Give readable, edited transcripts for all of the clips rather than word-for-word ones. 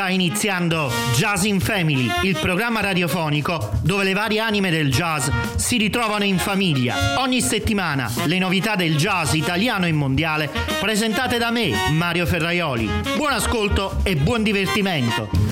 Sta iniziando Jazz in Family, il programma radiofonico dove le varie anime del jazz si ritrovano in famiglia. Ogni settimana le novità del jazz italiano e mondiale presentate da me, Mario Ferraioli. Buon ascolto e buon divertimento.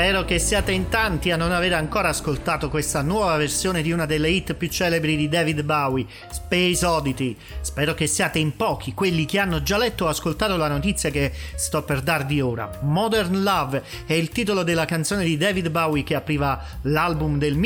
Spero che siate in tanti a non aver ancora ascoltato questa nuova versione di una delle hit più celebri di David Bowie, Space Oddity. Spero che siate in pochi quelli che hanno già letto o ascoltato la notizia che sto per darvi ora. Modern Love è il titolo della canzone di David Bowie che apriva l'album del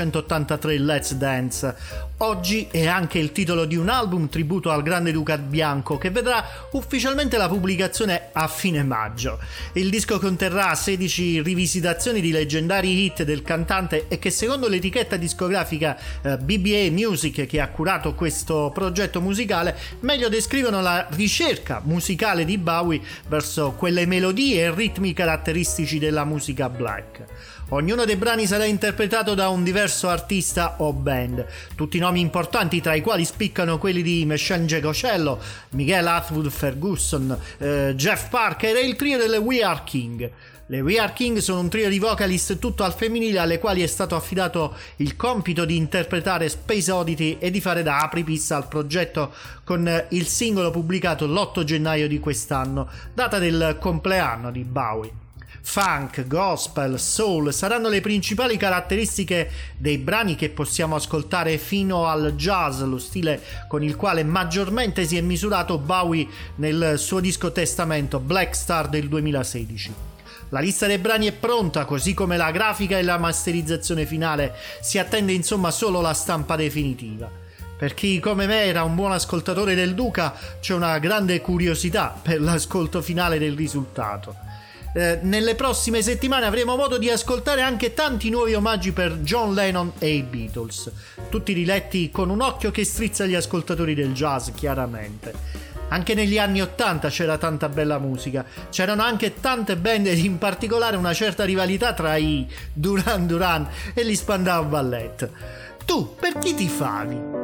1983 Let's Dance. Oggi è anche il titolo di un album tributo al grande Duca Bianco che vedrà ufficialmente la pubblicazione a fine maggio. Il disco conterrà 16 rivisitazioni di leggendari hit del cantante e che secondo l'etichetta discografica BBA Music che ha curato questo progetto musicale meglio descrivono la ricerca musicale di Bowie verso quelle melodie e ritmi caratteristici della musica black. Ognuno dei brani sarà interpretato da un diverso artista o band, tutti nomi importanti tra i quali spiccano quelli di Meshane Njegoshelo, Miguel Atwood Ferguson, Jeff Parker e il trio delle We Are King. Le We Are King sono un trio di vocalist tutto al femminile alle quali è stato affidato il compito di interpretare Space Oddity e di fare da apripista al progetto con il singolo pubblicato l'8 gennaio di quest'anno, data del compleanno di Bowie. Funk, gospel, soul saranno le principali caratteristiche dei brani che possiamo ascoltare fino al jazz, lo stile con il quale maggiormente si è misurato Bowie nel suo disco testamento Black Star del 2016. La lista dei brani è pronta, così come la grafica e la masterizzazione finale, si attende insomma solo la stampa definitiva. Per chi come me era un buon ascoltatore del Duca, c'è una grande curiosità per l'ascolto finale del risultato. Nelle prossime settimane avremo modo di ascoltare anche tanti nuovi omaggi per John Lennon e i Beatles, tutti riletti con un occhio che strizza gli ascoltatori del jazz, chiaramente. Anche negli anni '80 c'era tanta bella musica, c'erano anche tante band ed in particolare una certa rivalità tra i Duran Duran e gli Spandau Ballet. Tu per chi tifavi?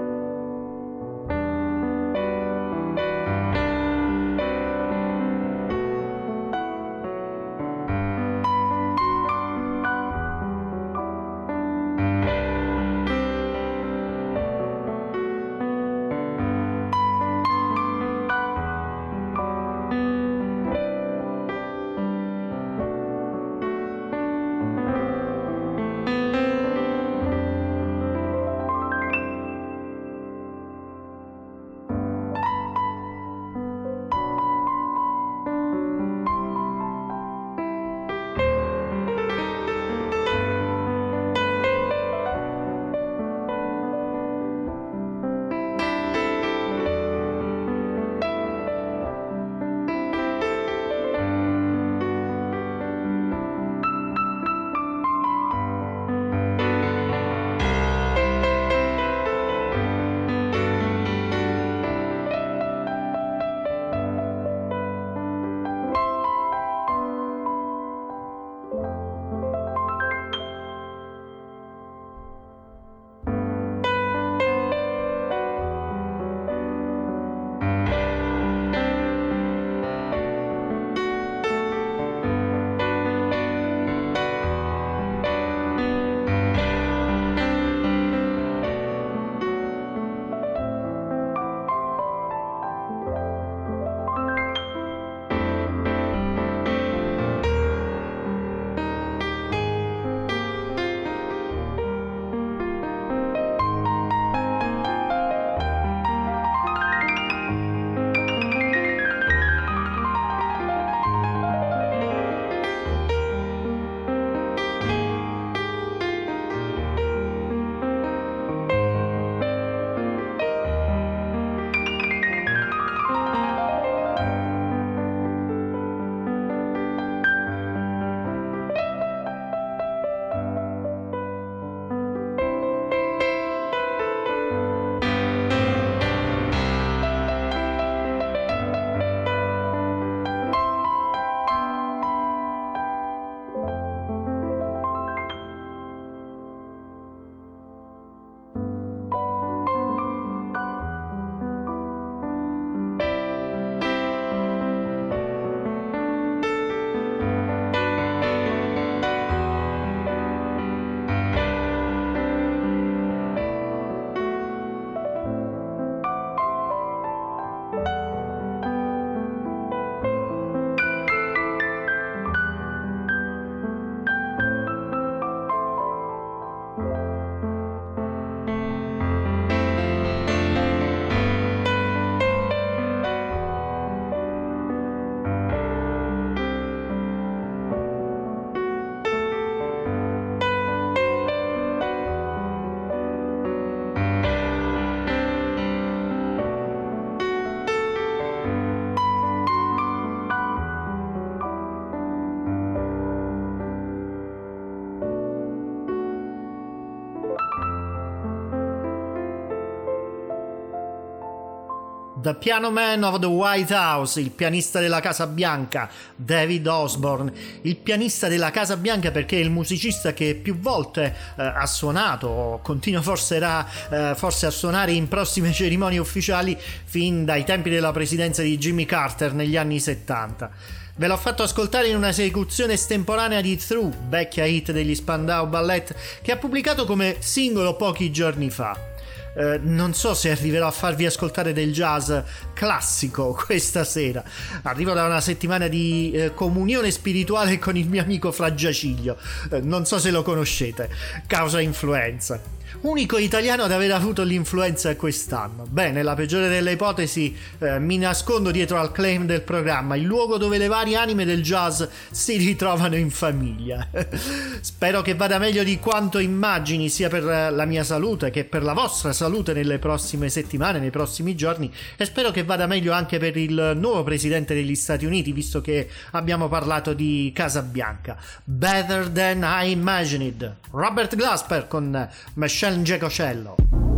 The Piano Man of the White House, il pianista della Casa Bianca, David Osborne. Il pianista della Casa Bianca perché è il musicista che più volte ha suonato, o continua forse a suonare in prossime cerimonie ufficiali fin dai tempi della presidenza di Jimmy Carter negli anni 70. Ve l'ho fatto ascoltare in una esecuzione estemporanea di Through, vecchia hit degli Spandau Ballet, che ha pubblicato come singolo pochi giorni fa. Non so se arriverò a farvi ascoltare del jazz classico questa sera. Arrivo da una settimana di comunione spirituale con il mio amico Fra Giaciglio. Non so se lo conoscete, causa influenza. Unico italiano ad aver avuto l'influenza quest'anno. Beh, nella peggiore delle ipotesi mi nascondo dietro al claim del programma, il luogo dove le varie anime del jazz si ritrovano in famiglia. Spero che vada meglio di quanto immagini, sia per la mia salute che per la vostra salute nelle prossime settimane, nei prossimi giorni, e spero che vada meglio anche per il nuovo presidente degli Stati Uniti, visto che abbiamo parlato di Casa Bianca. Better Than I Imagined, Robert Glasper con Michelle Ngekocello.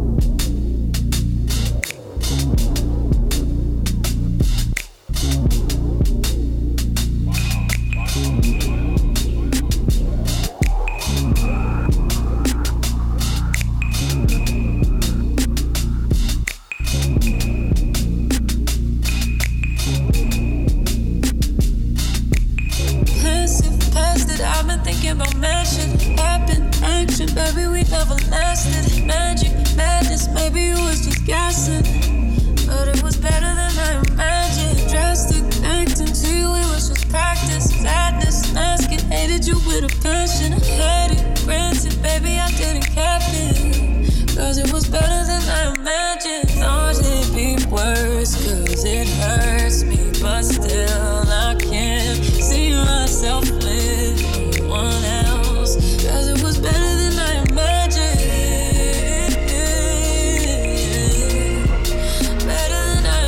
Baby, we never lasted. Magic, madness, maybe it was just guessing. But it was better than I imagined. Drastic, acting to you, it was just practice. Sadness, asking, hated you with a passion. I had it, granted, baby, I didn't cap it. Cause it was better than I imagined. Thought it'd be worse, cause it hurts me. But still, I can't see myself with no one else. Cause it was better than I imagined. Better than I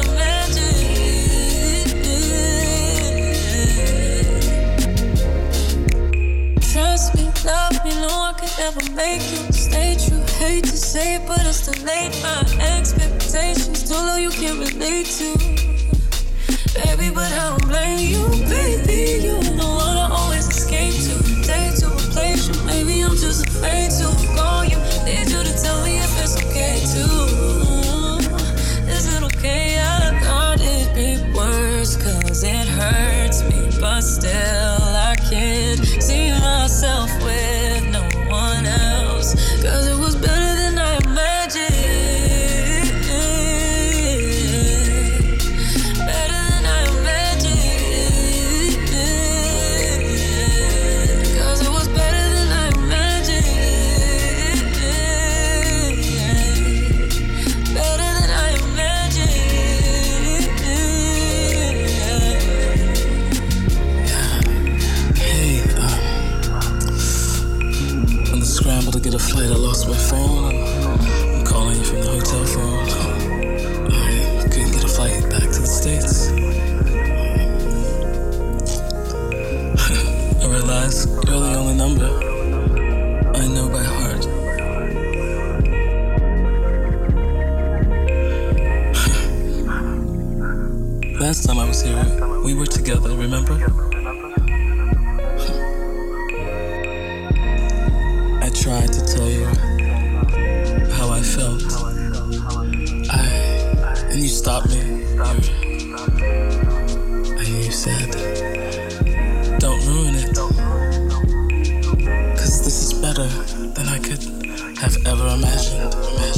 imagined. Trust me, love me, no I could never make you stay true. Hate to say it, but it's too late. My expectations too low, you can't relate to. Baby, but I don't blame you, baby. You the one I always escape to. Day to a place you, maybe I'm just afraid to call you. Need you to tell me if it's okay too. Is it okay? I thought it'd be worse, cause it hurts me. But still, I can't see myself with no one else. Cause it was better than I imagined. Get a flight, I lost my phone. I'm calling you from the hotel phone. I couldn't get a flight back to the States. I realize you're the only number I know by heart. Last time I was here, we were together, remember? Tried to tell you how I felt. And you stopped me. And you said, don't ruin it. Cause this is better than I could have ever imagined.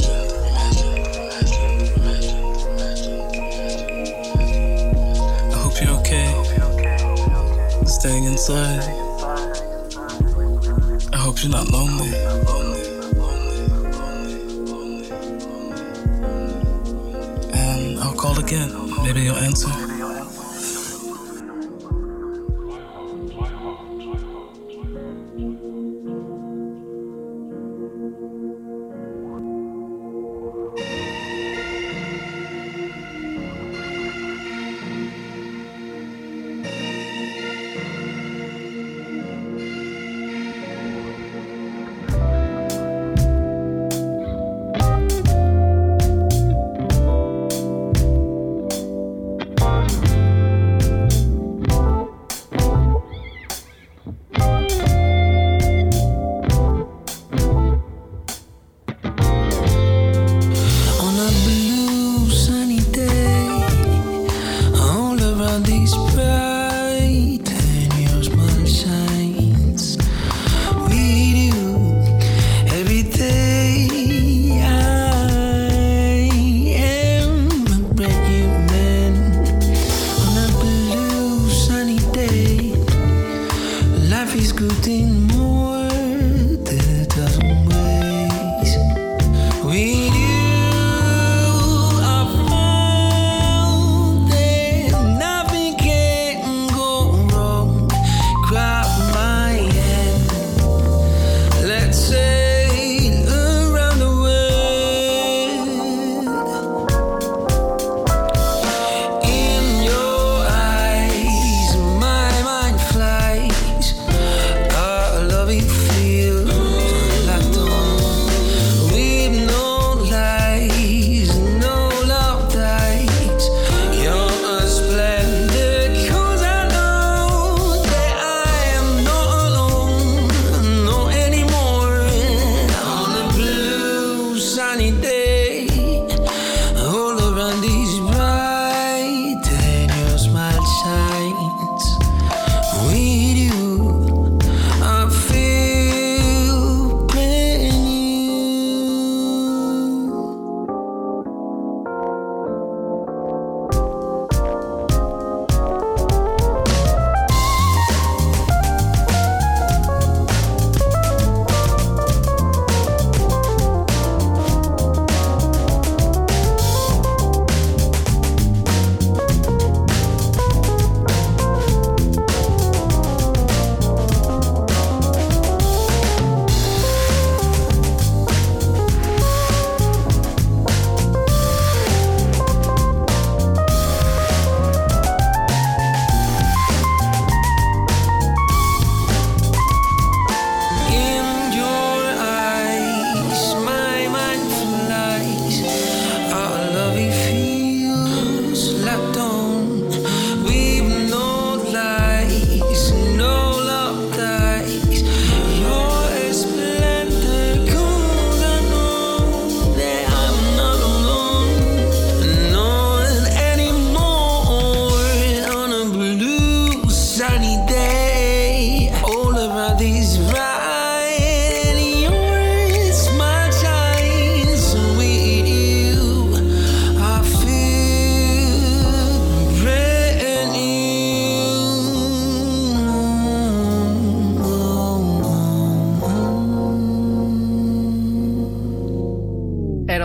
I hope you're okay. Staying inside. I hope you're not lonely. And I'll call again. Maybe you'll answer.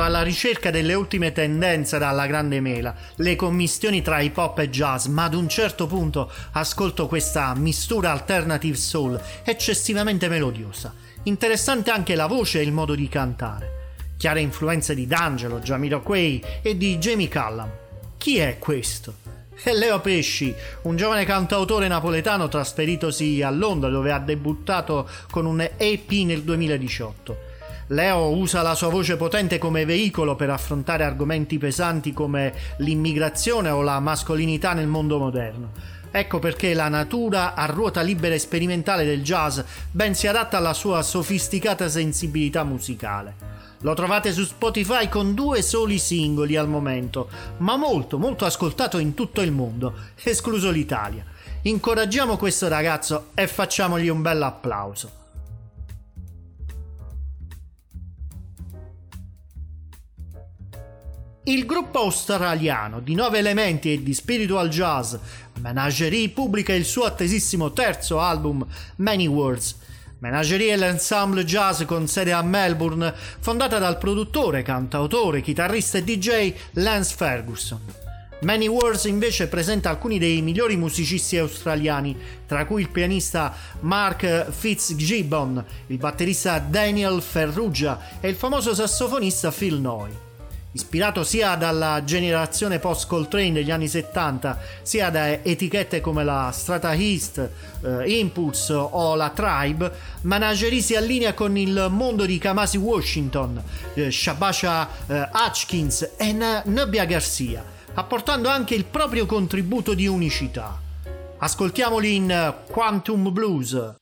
alla ricerca delle ultime tendenze dalla grande mela, le commistioni tra hip hop e jazz, ma ad un certo punto ascolto questa mistura alternative soul eccessivamente melodiosa. Interessante anche la voce e il modo di cantare. Chiare influenze di D'Angelo, Jamiroquai e di Jamie Cullum. Chi è questo? È Leo Pesci, un giovane cantautore napoletano trasferitosi a Londra, dove ha debuttato con un EP nel 2018. Leo usa la sua voce potente come veicolo per affrontare argomenti pesanti come l'immigrazione o la mascolinità nel mondo moderno. Ecco perché la natura a ruota libera e sperimentale del jazz ben si adatta alla sua sofisticata sensibilità musicale. Lo trovate su Spotify con 2 soli singoli al momento, ma molto ascoltato in tutto il mondo, escluso l'Italia. Incoraggiamo questo ragazzo e facciamogli un bel applauso. Il gruppo australiano di 9 elementi e di spiritual jazz Menagerie pubblica il suo attesissimo terzo album Many Words. Menagerie è l'ensemble jazz con sede a Melbourne, fondata dal produttore, cantautore, chitarrista e DJ Lance Ferguson. Many Words invece presenta alcuni dei migliori musicisti australiani, tra cui il pianista Mark Fitzgibbon, il batterista Daniel Ferrugia e il famoso sassofonista Phil Noy. Ispirato sia dalla generazione post-Coltrane degli anni 70, sia da etichette come la Strata East, Impulse o la Tribe, Menagerie si allinea con il mondo di Kamasi Washington, Shabasha Hutchins e Nubia Garcia, apportando anche il proprio contributo di unicità. Ascoltiamoli in Quantum Blues.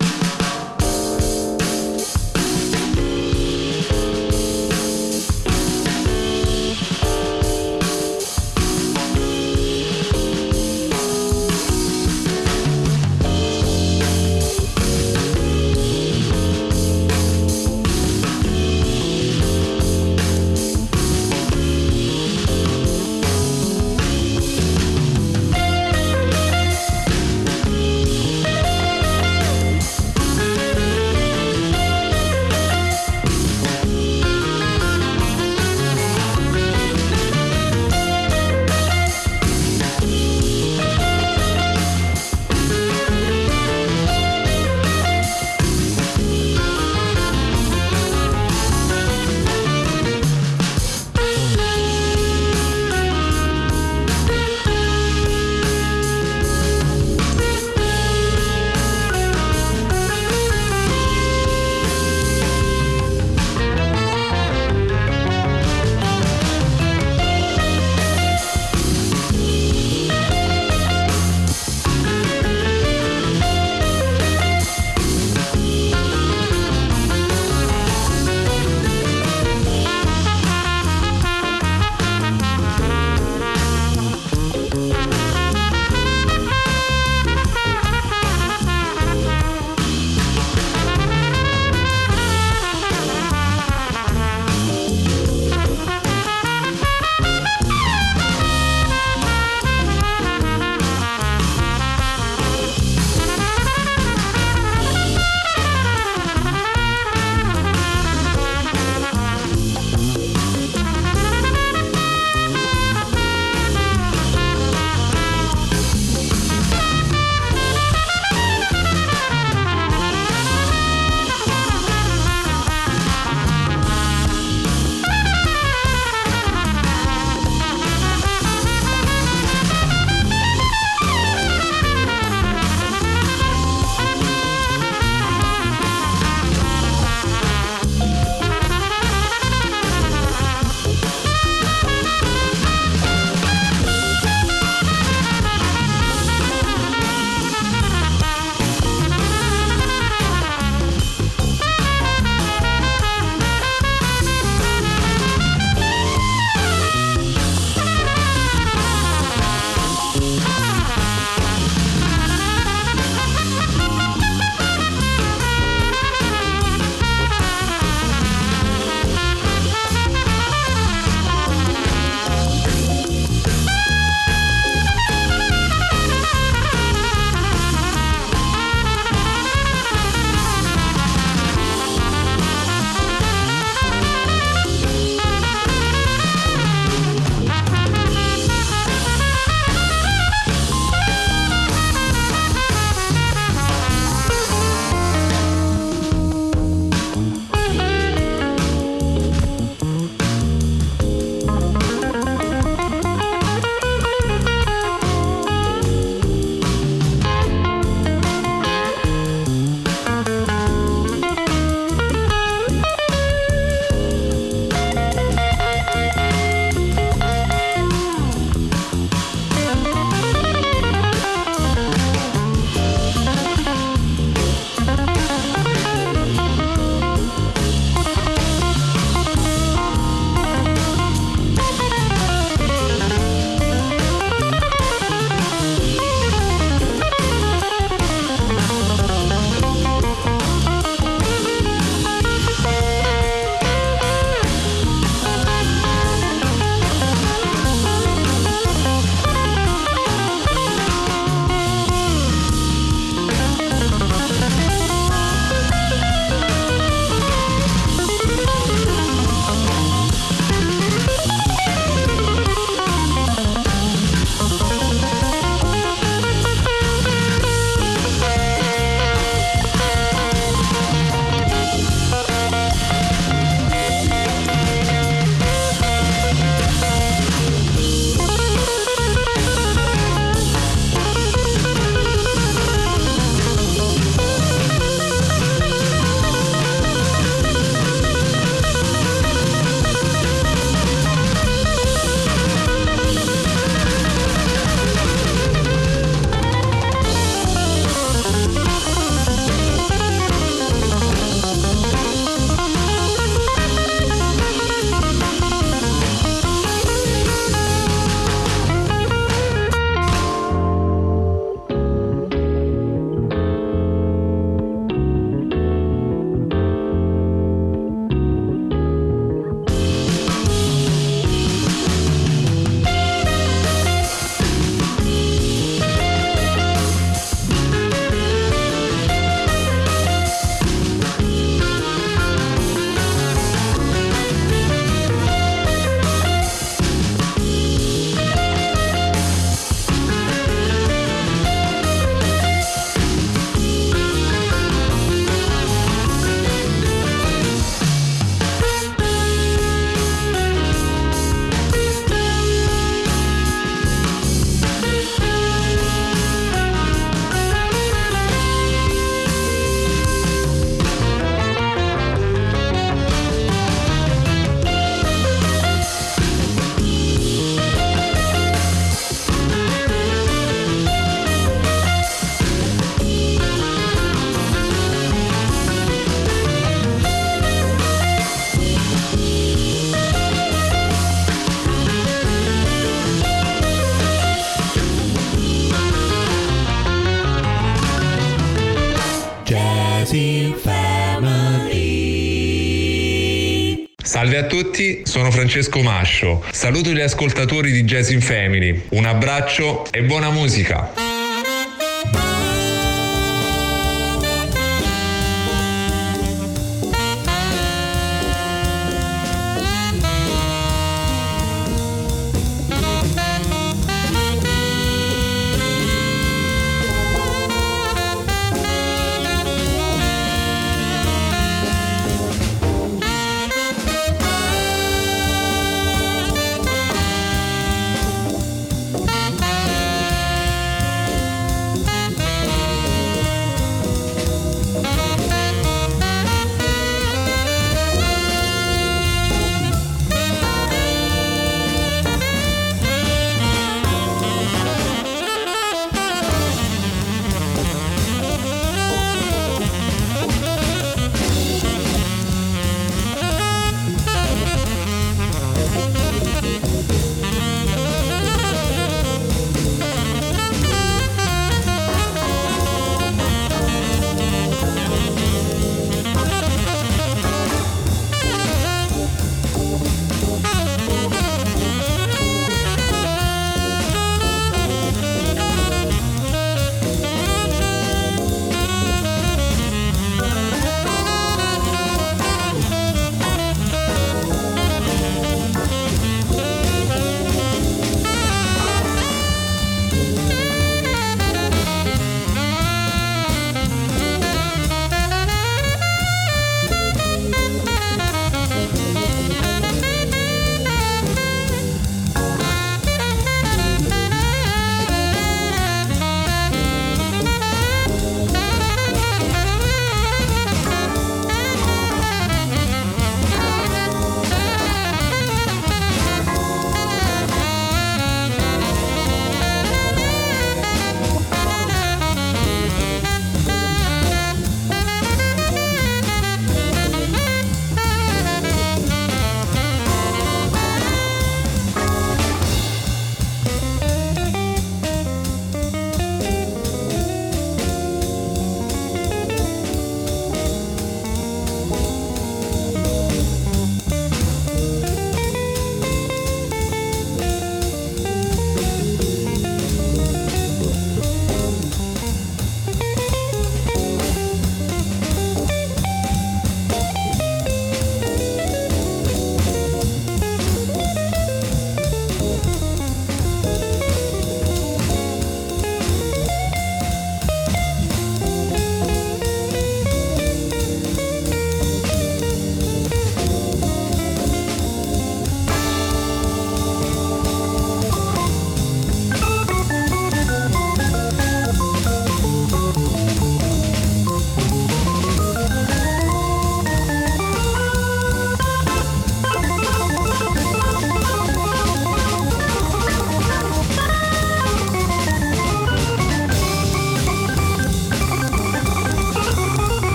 Salve a tutti, sono Francesco Mascio. Saluto gli ascoltatori di Jazz in Family. Un abbraccio e buona musica.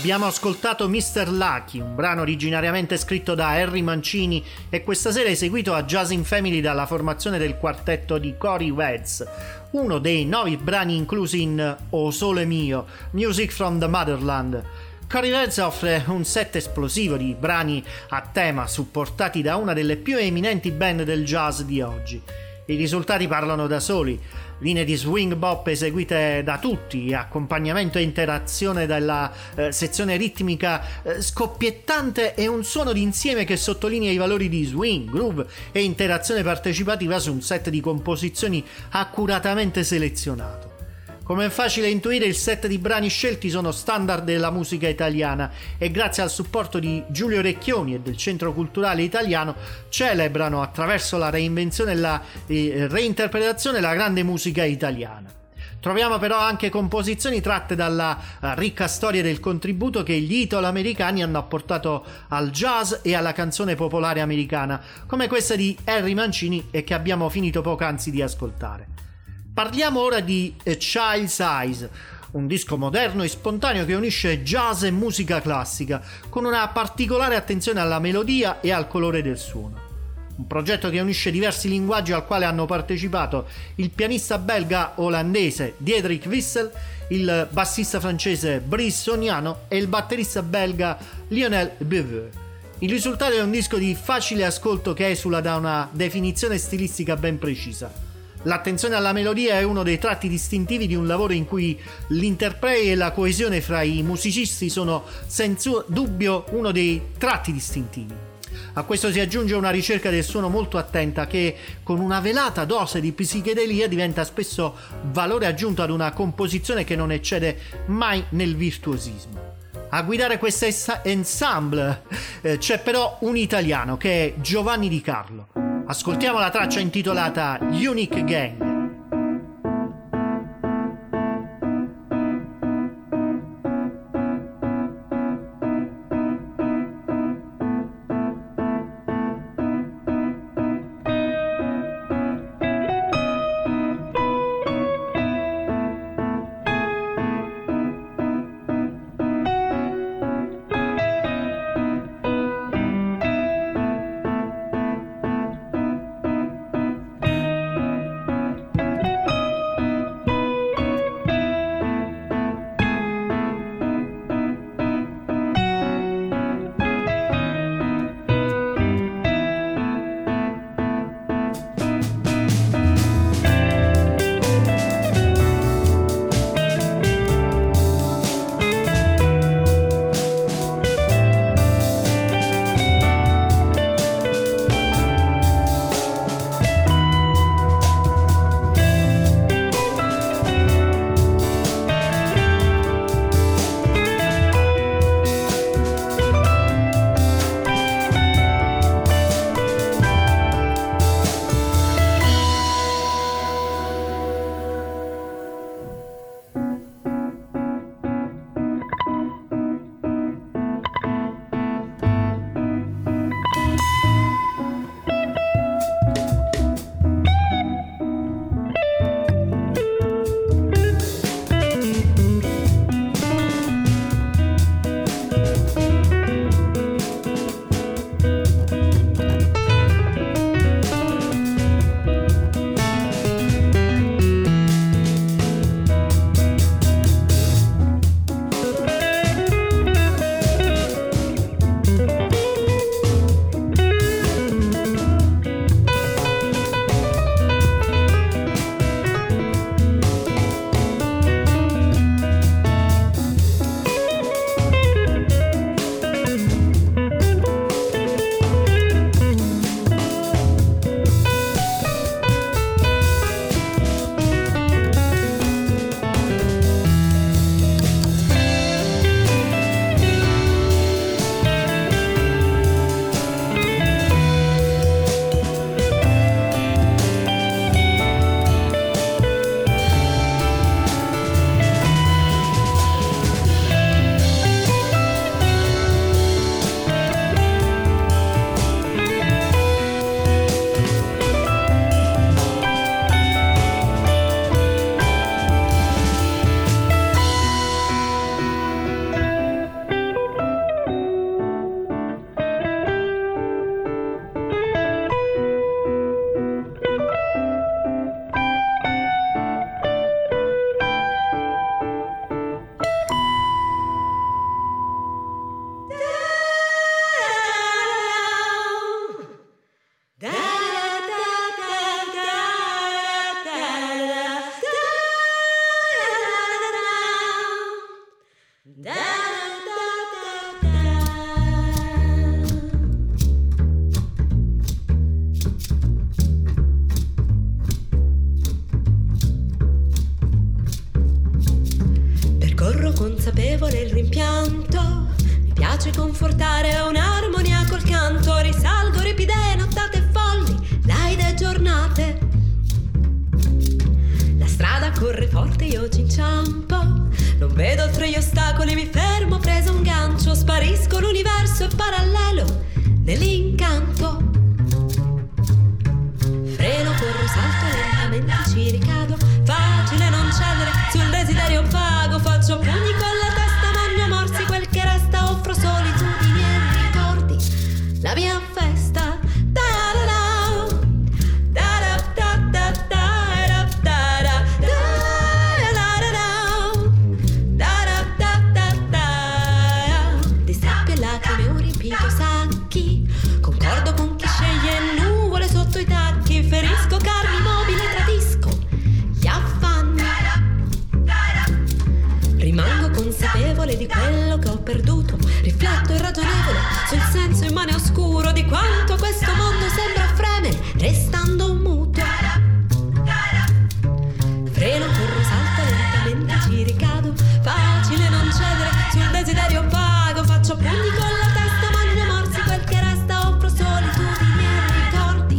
Abbiamo ascoltato Mr. Lucky, un brano originariamente scritto da Harry Mancini e questa sera eseguito a Jazz in Family dalla formazione del quartetto di Corey Weds, uno dei 9 brani inclusi in O Sole Mio, Music from the Motherland. Corey Weds offre un set esplosivo di brani a tema supportati da una delle più eminenti band del jazz di oggi. I risultati parlano da soli: linee di swing bop eseguite da tutti, accompagnamento e interazione della sezione ritmica scoppiettante e un suono d'insieme che sottolinea i valori di swing, groove e interazione partecipativa su un set di composizioni accuratamente selezionato. Come è facile intuire, il set di brani scelti sono standard della musica italiana e grazie al supporto di Giulio Recchioni e del Centro Culturale Italiano celebrano attraverso la reinvenzione e la reinterpretazione la grande musica italiana. Troviamo però anche composizioni tratte dalla ricca storia del contributo che gli italo-americani hanno apportato al jazz e alla canzone popolare americana, come questa di Harry Mancini e che abbiamo finito poc'anzi di ascoltare. Parliamo ora di A Child's Eyes, un disco moderno e spontaneo che unisce jazz e musica classica, con una particolare attenzione alla melodia e al colore del suono. Un progetto che unisce diversi linguaggi al quale hanno partecipato il pianista belga-olandese Diederik Wissel, il bassista francese Brice Soniano e il batterista belga Lionel Beveux. Il risultato è un disco di facile ascolto che esula da una definizione stilistica ben precisa. L'attenzione alla melodia è uno dei tratti distintivi di un lavoro in cui l'interplay e la coesione fra i musicisti sono senza dubbio uno dei tratti distintivi. A questo si aggiunge una ricerca del suono molto attenta che, con una velata dose di psichedelia, diventa spesso valore aggiunto ad una composizione che non eccede mai nel virtuosismo. A guidare questo ensemble c'è però un italiano che è Giovanni Di Carlo. Ascoltiamo la traccia intitolata Unique Gang. del rimpianto, mi piace confortare un'armonia col canto, risalgo ripide nottate folli, laide giornate. La strada corre forte, io ci inciampo, non vedo oltre gli ostacoli, mi fermo preso un gancio, sparisco, l'universo è parallelo nell'incanto. Freno, corro, salto, lentamente ci ricado, facile non cedere sul desiderio vago, faccio pugni con la testa, mangio morsi, quel che resta offro solitudini e ricordi, la mia festa. Di sabbia e lacrime ho riempito sacchi, concordo con chi sceglie nuvole sotto i tacchi, ferisco carni mobili, tradisco gli affanni, rimango consapevole di quello che ho perduto, rifletto irragionevole sul senso immane oscuro di quanto questo mondo sembra fremere restando un muto. Freno, corro, salto, lentamente ci ricado, facile non cedere sul desiderio vago, faccio pugni con la testa, mangio morsi, quel che resta offro solitudini e ricordi.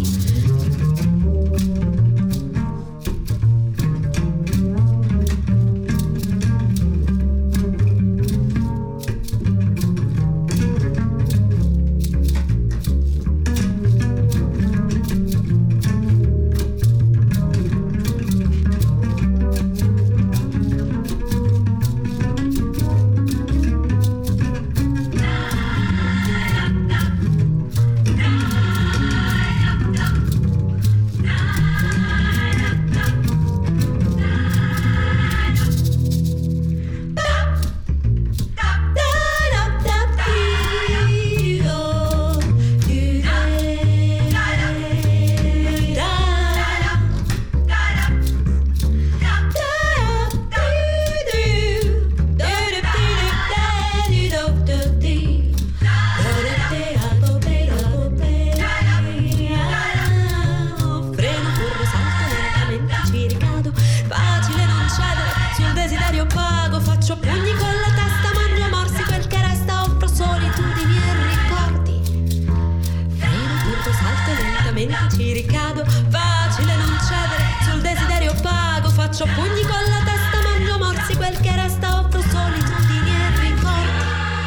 Ci ricado, facile non cedere sul desiderio vago, faccio pugni con la testa, mangio morsi, quel che resta offro solitudini e ricordi.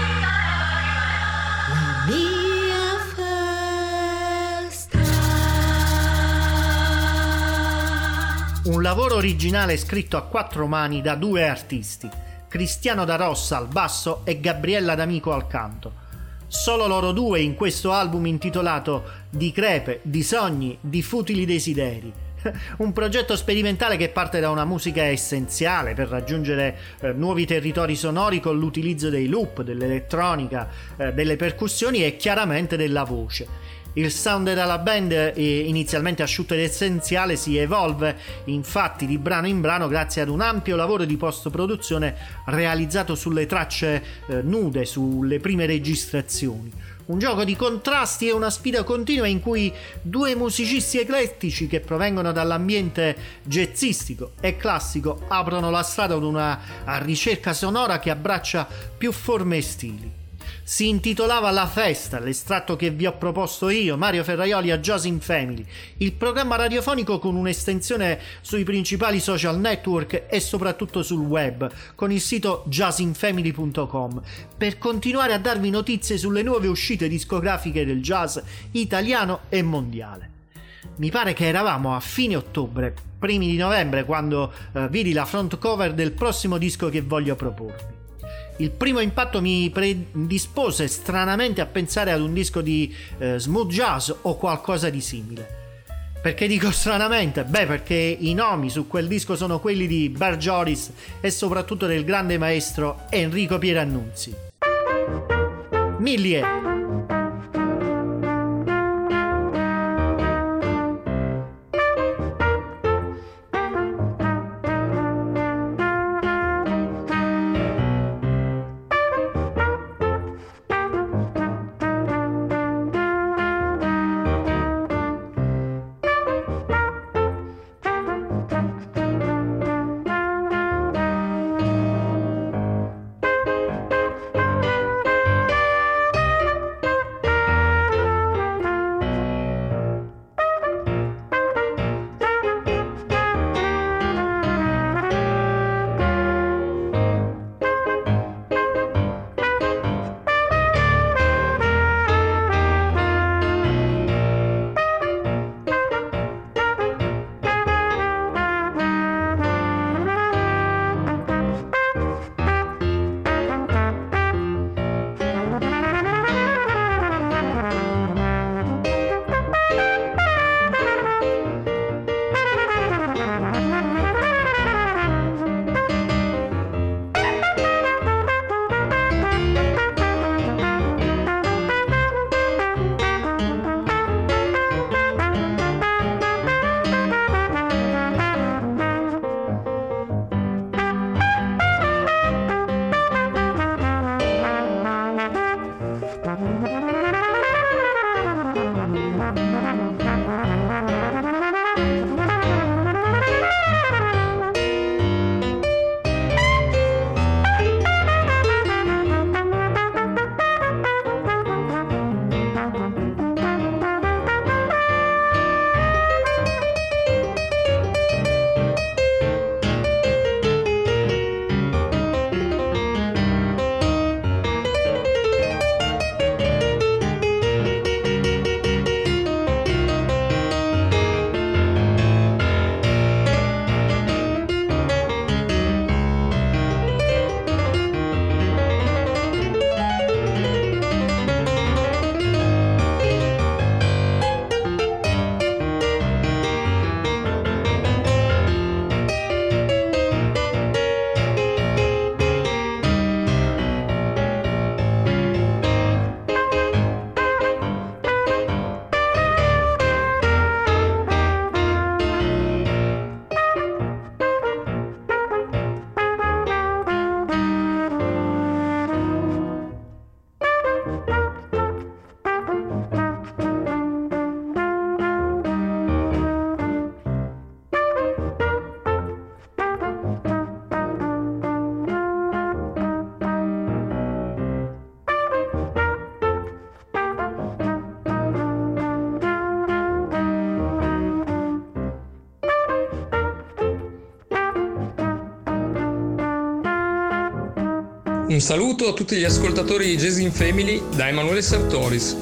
La mia festa. Un lavoro originale scritto a quattro mani da due artisti, Cristiano da Rossa al basso e Gabriella D'Amico al canto. Solo loro due in questo album intitolato Di crepe, di sogni, di futili desideri. Un progetto sperimentale che parte da una musica essenziale per raggiungere nuovi territori sonori con l'utilizzo dei loop, dell'elettronica, delle percussioni e chiaramente della voce. Il sound della band, inizialmente asciutto ed essenziale, si evolve infatti di brano in brano grazie ad un ampio lavoro di post-produzione realizzato sulle tracce nude, sulle prime registrazioni. Un gioco di contrasti e una sfida continua in cui due musicisti eclettici che provengono dall'ambiente jazzistico e classico aprono la strada ad una ricerca sonora che abbraccia più forme e stili. Si intitolava La Festa, l'estratto che vi ho proposto io, Mario Ferraioli a Jazz in Family, il programma radiofonico con un'estensione sui principali social network e soprattutto sul web, con il sito jazzinfamily.com, per continuare a darvi notizie sulle nuove uscite discografiche del jazz italiano e mondiale. Mi pare che eravamo a fine ottobre, primi di novembre, quando vidi la front cover del prossimo disco che voglio proporvi. Il primo impatto mi predispose stranamente a pensare ad un disco di smooth jazz o qualcosa di simile. Perché dico stranamente? Beh, perché i nomi su quel disco sono quelli di Bar Joris e soprattutto del grande maestro Enrico Pierannunzi. Millie. Un saluto a tutti gli ascoltatori di Jazz in Family da Emanuele Sartoris.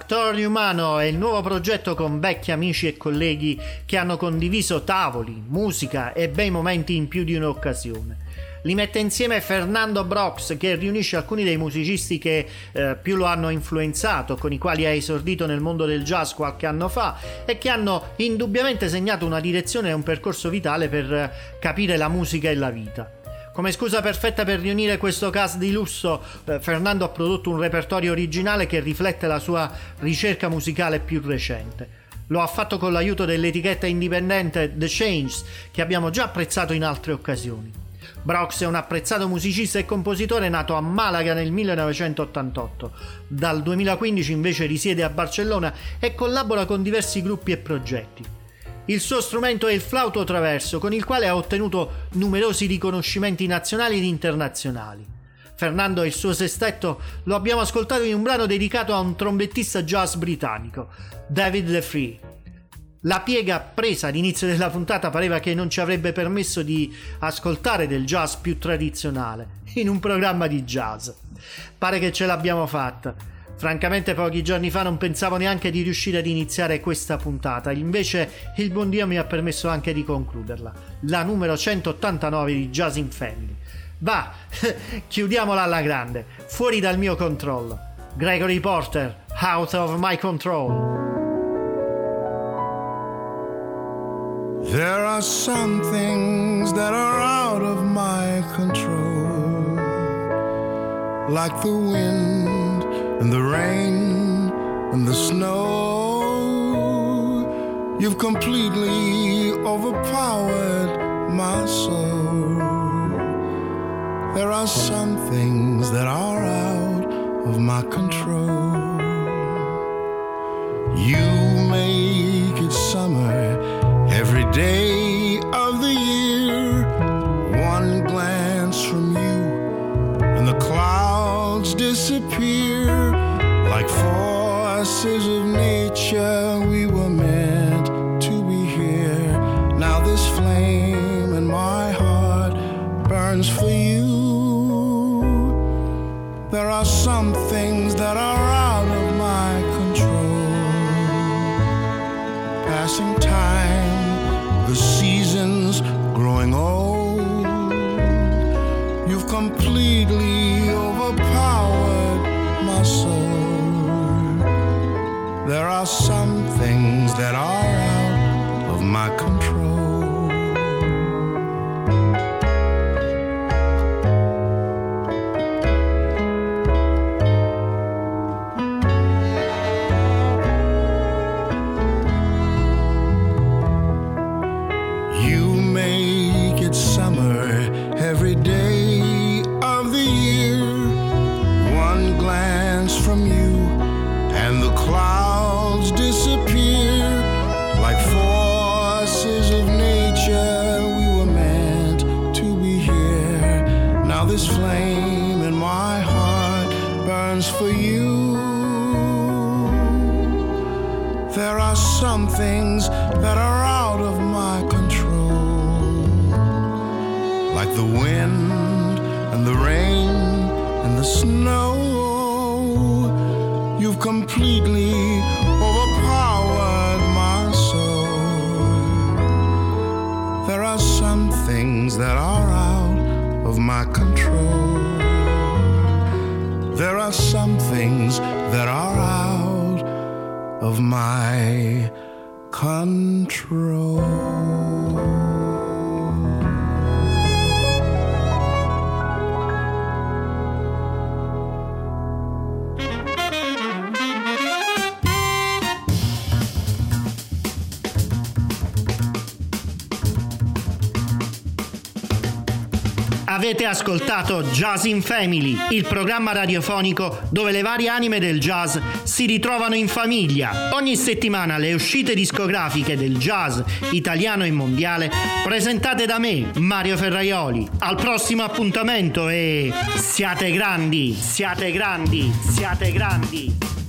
Factorio Umano è il nuovo progetto con vecchi amici e colleghi che hanno condiviso tavoli, musica e bei momenti in più di un'occasione. Li mette insieme Fernando Brox, che riunisce alcuni dei musicisti che più lo hanno influenzato, con i quali ha esordito nel mondo del jazz qualche anno fa e che hanno indubbiamente segnato una direzione e un percorso vitale per capire la musica e la vita. Come scusa perfetta per riunire questo cast di lusso, Fernando ha prodotto un repertorio originale che riflette la sua ricerca musicale più recente. Lo ha fatto con l'aiuto dell'etichetta indipendente The Changes, che abbiamo già apprezzato in altre occasioni. Brox è un apprezzato musicista e compositore nato a Malaga nel 1988. Dal 2015 invece risiede a Barcellona e collabora con diversi gruppi e progetti. Il suo strumento è il flauto traverso, con il quale ha ottenuto numerosi riconoscimenti nazionali ed internazionali. Fernando e il suo sestetto lo abbiamo ascoltato in un brano dedicato a un trombettista jazz britannico, David LeFree. La piega presa all'inizio della puntata pareva che non ci avrebbe permesso di ascoltare del jazz più tradizionale in un programma di jazz. Pare che ce l'abbiamo fatta. Francamente pochi giorni fa non pensavo neanche di riuscire ad iniziare questa puntata, invece il buon Dio mi ha permesso anche di concluderla, la numero 189 di Jazz in Family. Va, chiudiamola alla grande, fuori dal mio controllo. Gregory Porter, Out of My Control. There are some things that are out of my control, like the wind and the rain and the snow. You've completely overpowered my soul. There are some things that are out of my control. You make it summer every day of the year. One glance from you and the clouds disappear. Like forces of nature, we were meant to be here. Now this flame in my heart burns for you. There are some things that are out of my control. Passing time, the seasons growing old. You've completely overpowered my soul. There are some things that are out of my control. Every day of the year, one glance from you and the clouds disappear. Like forces of nature, we were meant to be here. Now this flame in my heart burns for you. There are some things that are out of my control, like the wind and the rain and the snow. You've completely overpowered my soul. There are some things that are out of my control. There are some things that are out of my control. Avete ascoltato Jazz in Family, il programma radiofonico dove le varie anime del jazz si ritrovano in famiglia. Ogni settimana le uscite discografiche del jazz italiano e mondiale presentate da me, Mario Ferraioli. Al prossimo appuntamento e siate grandi, siate grandi, siate grandi.